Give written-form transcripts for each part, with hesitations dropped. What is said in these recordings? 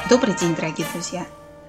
Добрый день, дорогие друзья!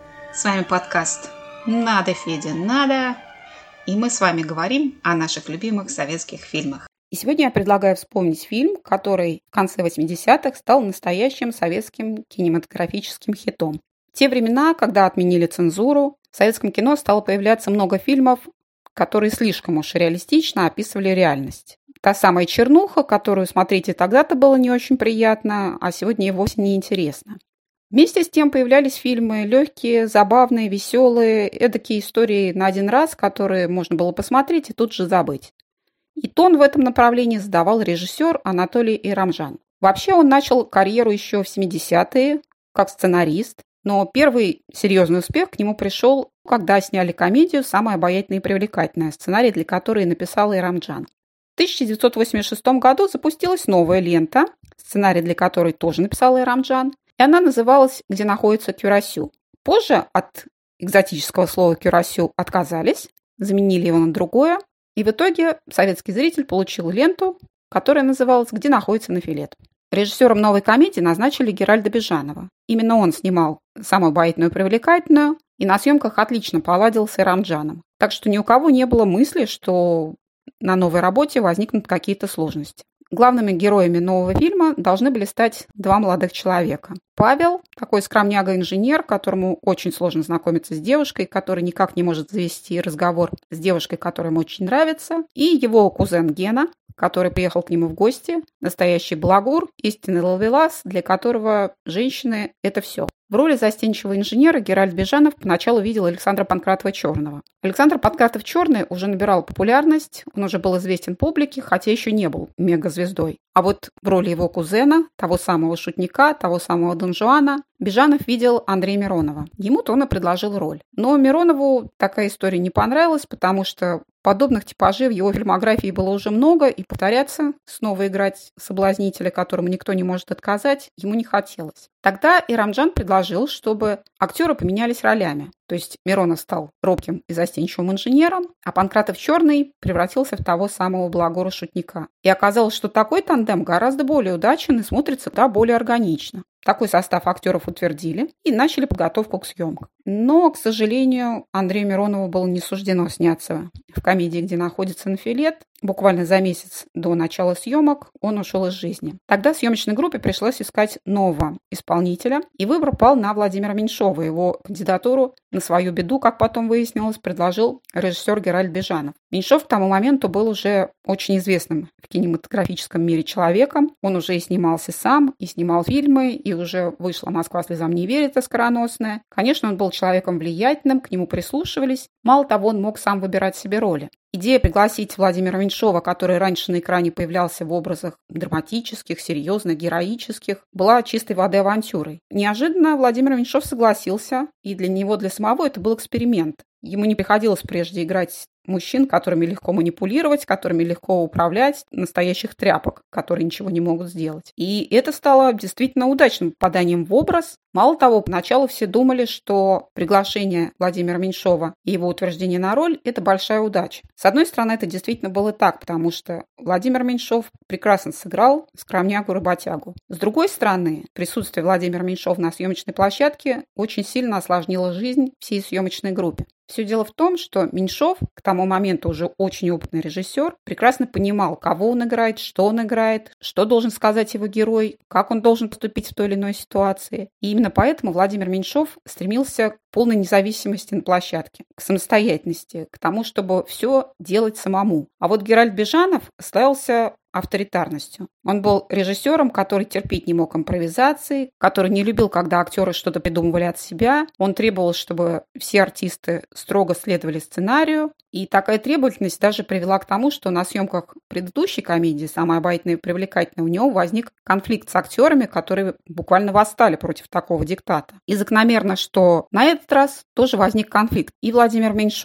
С вами подкаст «Надо, Федя, надо!» И мы с вами говорим о наших любимых советских фильмах. И сегодня я предлагаю вспомнить фильм, который в конце 80-х стал настоящим советским кинематографическим хитом. В те времена, когда отменили цензуру, в советском кино стало появляться много фильмов, которые слишком уж реалистично описывали реальность. Та самая чернуха, которую смотреть и тогда-то было не очень приятно, а сегодня и вовсе не интересно. Вместе с тем появлялись фильмы легкие, забавные, веселые, эдакие истории на один раз, которые можно было посмотреть и тут же забыть. И тон в этом направлении задавал режиссер Анатолий Ирамжан. Вообще он начал карьеру еще в 70-е как сценарист, но первый серьезный успех к нему пришел, когда сняли комедию «Самая обаятельная и привлекательная», сценарий для которой написал Ирамжан. В 1986 году запустилась новая лента, сценарий для которой тоже написал Ирамжан, и она называлась «Где находится Кюрасю». Позже от экзотического слова «кюрасю» отказались, заменили его на другое, и в итоге советский зритель получил ленту, которая называлась «Где находится Нофелет». Режиссером новой комедии назначили Геральда Бежанова. Именно он снимал «Самую обаятельную и привлекательную», и на съемках отлично поладил с Ирамжаном. Так что ни у кого не было мысли, что на новой работе возникнут какие-то сложности. Главными героями нового фильма должны были стать два молодых человека. Павел, такой скромняга-инженер, которому очень сложно знакомиться с девушкой, который никак не может завести разговор с девушкой, которая ему очень нравится, и его кузен Гена, который приехал к нему в гости, настоящий балагур, истинный ловелас, для которого женщины – это все. В роли застенчивого инженера Геральд Бежанов поначалу видел Александра Панкратова-Черного. Александр Панкратов-Черный уже набирал популярность, он уже был известен публике, хотя еще не был мегазвездой. А вот в роли его кузена, того самого шутника, того самого Дон Жуана, Бежанов видел Андрея Миронова. Ему-то он и предложил роль. Но Миронову такая история не понравилась, потому что подобных типажей в его фильмографии было уже много, и повторяться, снова играть соблазнителя, которому никто не может отказать, ему не хотелось. Тогда Ирамжан предложил, чтобы актеры поменялись ролями. То есть Миронов стал робким и застенчивым инженером, а Панкратов-Черный превратился в того самого балагура-шутника. И оказалось, что такой тандем гораздо более удачен и смотрится куда более органично. Такой состав актеров утвердили и начали подготовку к съемкам. Но, к сожалению, Андрею Миронову было не суждено сняться в комедии «Где находится Нофелет». Буквально за месяц до начала съемок он ушел из жизни. Тогда съемочной группе пришлось искать нового исполнителя, и выбор пал на Владимира Меньшова. Его кандидатуру на свою беду, как потом выяснилось, предложил режиссер Геральд Бежанов. Меньшов к тому моменту был уже очень известным в кинематографическом мире человеком. Он уже и снимался сам, и снимал фильмы, и уже вышла «Москва слезам не верит» скороносная. Конечно, он был человеком влиятельным, к нему прислушивались. Мало того, он мог сам выбирать себе роли. Идея пригласить Владимира Меньшова, который раньше на экране появлялся в образах драматических, серьезных, героических, была чистой воды авантюрой. Неожиданно Владимир Меньшов согласился, и для него, для самого, это был эксперимент. Ему не приходилось прежде играть мужчин, которыми легко манипулировать, которыми легко управлять, настоящих тряпок, которые ничего не могут сделать. И это стало действительно удачным попаданием в образ. Мало того, поначалу все думали, что приглашение Владимира Меньшова и его утверждение на роль – это большая удача. С одной стороны, это действительно было так, потому что Владимир Меньшов прекрасно сыграл скромнягу-работягу. С другой стороны, присутствие Владимира Меньшова на съемочной площадке очень сильно осложнило жизнь всей съемочной группе. Все дело в том, что Меньшов, к тому моменту уже очень опытный режиссер, прекрасно понимал, кого он играет, что должен сказать его герой, как он должен поступить в той или иной ситуации. И именно поэтому Владимир Меньшов стремился к полной независимости на площадке, к самостоятельности, к тому, чтобы все делать самому. А вот Геральд Бежанов славился авторитарностью. Он был режиссером, который терпеть не мог импровизации, который не любил, когда актеры что-то придумывали от себя. Он требовал, чтобы все артисты строго следовали сценарию. И такая требовательность даже привела к тому, что на съемках предыдущей комедии «Самая обаятельная и привлекательная» у него возник конфликт с актерами, которые буквально восстали против такого диктата. И закономерно, что на этот раз тоже возник конфликт. И Владимир Меньшов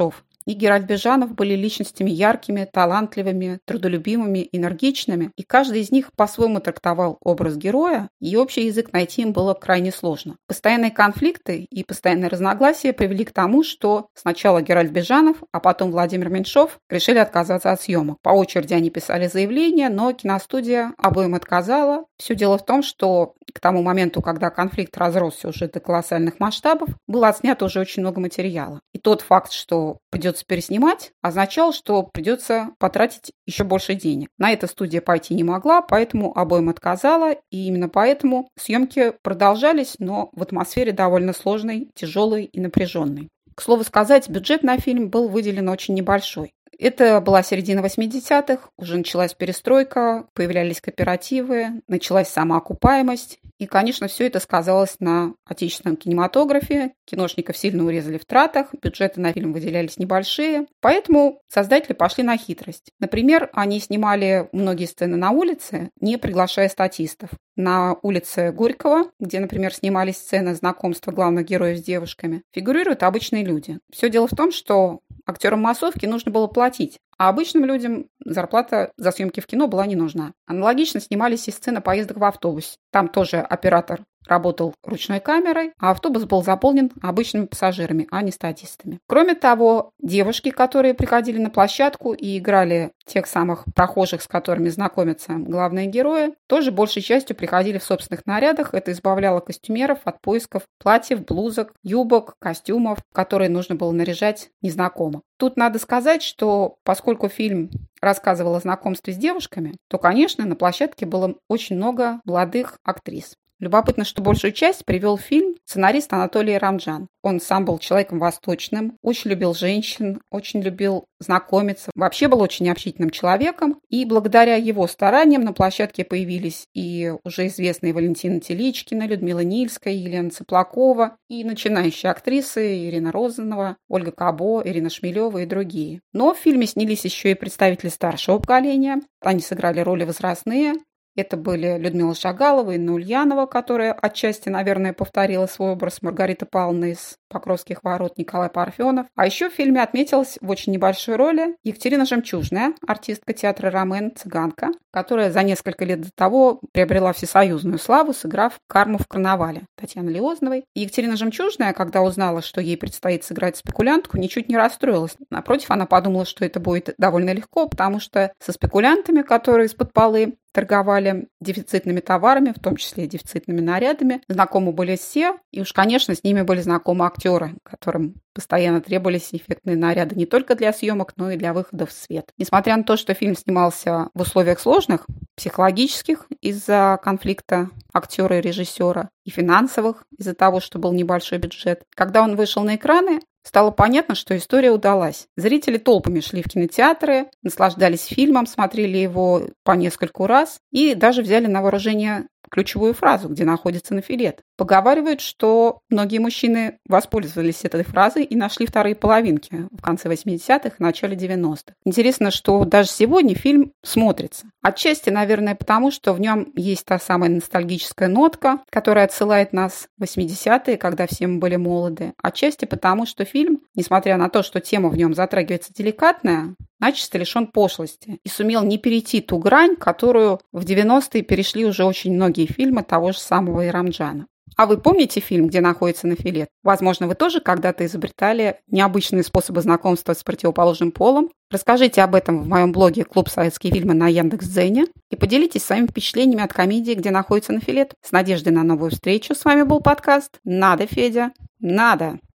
и Геральт Бежанов были личностями яркими, талантливыми, трудолюбимыми, энергичными, и каждый из них по-своему трактовал образ героя, и общий язык найти им было крайне сложно. Постоянные конфликты и постоянные разногласия привели к тому, что сначала Геральт Бежанов, а потом Владимир Меньшов решили отказаться от съемок. По очереди они писали заявление, но киностудия обоим отказала. Все дело в том, что к тому моменту, когда конфликт разросся уже до колоссальных масштабов, было отснято уже очень много материала. И тот факт, что придется переснимать, означал, что придется потратить еще больше денег. На это студия пойти не могла, поэтому обоим отказала, и именно поэтому съемки продолжались, но в атмосфере довольно сложной, тяжелой и напряженной. К слову сказать, бюджет на фильм был выделен очень небольшой. Это была середина 80-х, уже началась перестройка, появлялись кооперативы, началась самоокупаемость. И, конечно, все это сказалось на отечественном кинематографе. Киношников сильно урезали в тратах, бюджеты на фильм выделялись небольшие. Поэтому создатели пошли на хитрость. Например, они снимали многие сцены на улице, не приглашая статистов. На улице Горького, где, например, снимались сцены знакомства главных героев с девушками, фигурируют обычные люди. Все дело в том, что актерам массовки нужно было платить, а обычным людям зарплата за съемки в кино была не нужна. Аналогично снимались и сцены поездок в автобусе. Там тоже оператор работал ручной камерой, а автобус был заполнен обычными пассажирами, а не статистами. Кроме того, девушки, которые приходили на площадку и играли тех самых прохожих, с которыми знакомятся главные герои, тоже большей частью приходили в собственных нарядах. Это избавляло костюмеров от поисков платьев, блузок, юбок, костюмов, которые нужно было наряжать незнакомых. Тут надо сказать, что поскольку фильм рассказывал о знакомстве с девушками, то, конечно, на площадке было очень много молодых актрис. Любопытно, что большую часть привел фильм сценарист Анатолий Рамджан. Он сам был человеком восточным, очень любил женщин, очень любил знакомиться, вообще был очень общительным человеком. И благодаря его стараниям на площадке появились и уже известные Валентина Теличкина, Людмила Нильская, Елена Цыплакова, и начинающие актрисы Ирина Розанова, Ольга Кабо, Ирина Шмелева и другие. Но в фильме снялись еще и представители старшего поколения. Они сыграли роли возрастные. Это были Людмила Шагалова, Инна Ульянова, которая отчасти, наверное, повторила свой образ Маргариты Павловны из «Покровских ворот», Николай Парфенов. А еще в фильме отметилась в очень небольшой роли Екатерина Жемчужная, артистка театра «Ромен», цыганка, которая за несколько лет до того приобрела всесоюзную славу, сыграв Карму в «Карнавале» Татьяны Лиозновой. И Екатерина Жемчужная, когда узнала, что ей предстоит сыграть спекулянтку, ничуть не расстроилась. Напротив, она подумала, что это будет довольно легко, потому что со спекулянтами, которые из-под полы торговали дефицитными товарами, в том числе и дефицитными нарядами, знакомы были все, и уж, конечно, с ними были знакомы актеры, которым постоянно требовались эффектные наряды не только для съемок, но и для выхода в свет. Несмотря на то, что фильм снимался в условиях сложных, психологических из-за конфликта актера и режиссера, и финансовых из-за того, что был небольшой бюджет, когда он вышел на экраны, стало понятно, что история удалась. Зрители толпами шли в кинотеатры, наслаждались фильмом, смотрели его по нескольку раз и даже взяли на вооружение ключевую фразу, где находится нофилет. Поговаривают, что многие мужчины воспользовались этой фразой и нашли вторые половинки в конце 80-х и начале 90-х. Интересно, что даже сегодня фильм смотрится. Отчасти, наверное, потому, что в нем есть та самая ностальгическая нотка, которая отсылает нас в 80-е, когда все мы были молоды. Отчасти потому, что фильм, несмотря на то, что тема в нем затрагивается деликатная, начисто лишен пошлости и сумел не перейти ту грань, которую в 90-е перешли уже очень многие фильмы того же самого Ирамджана. А вы помните фильм, где находится нофилет? Возможно, вы тоже когда-то изобретали необычные способы знакомства с противоположным полом. Расскажите об этом в моем блоге «Клуб советские фильмы» на Яндекс.Дзене и поделитесь своими впечатлениями от комедии, где находится нофилет. С надеждой на новую встречу. С вами был подкаст «Надо, Федя, надо».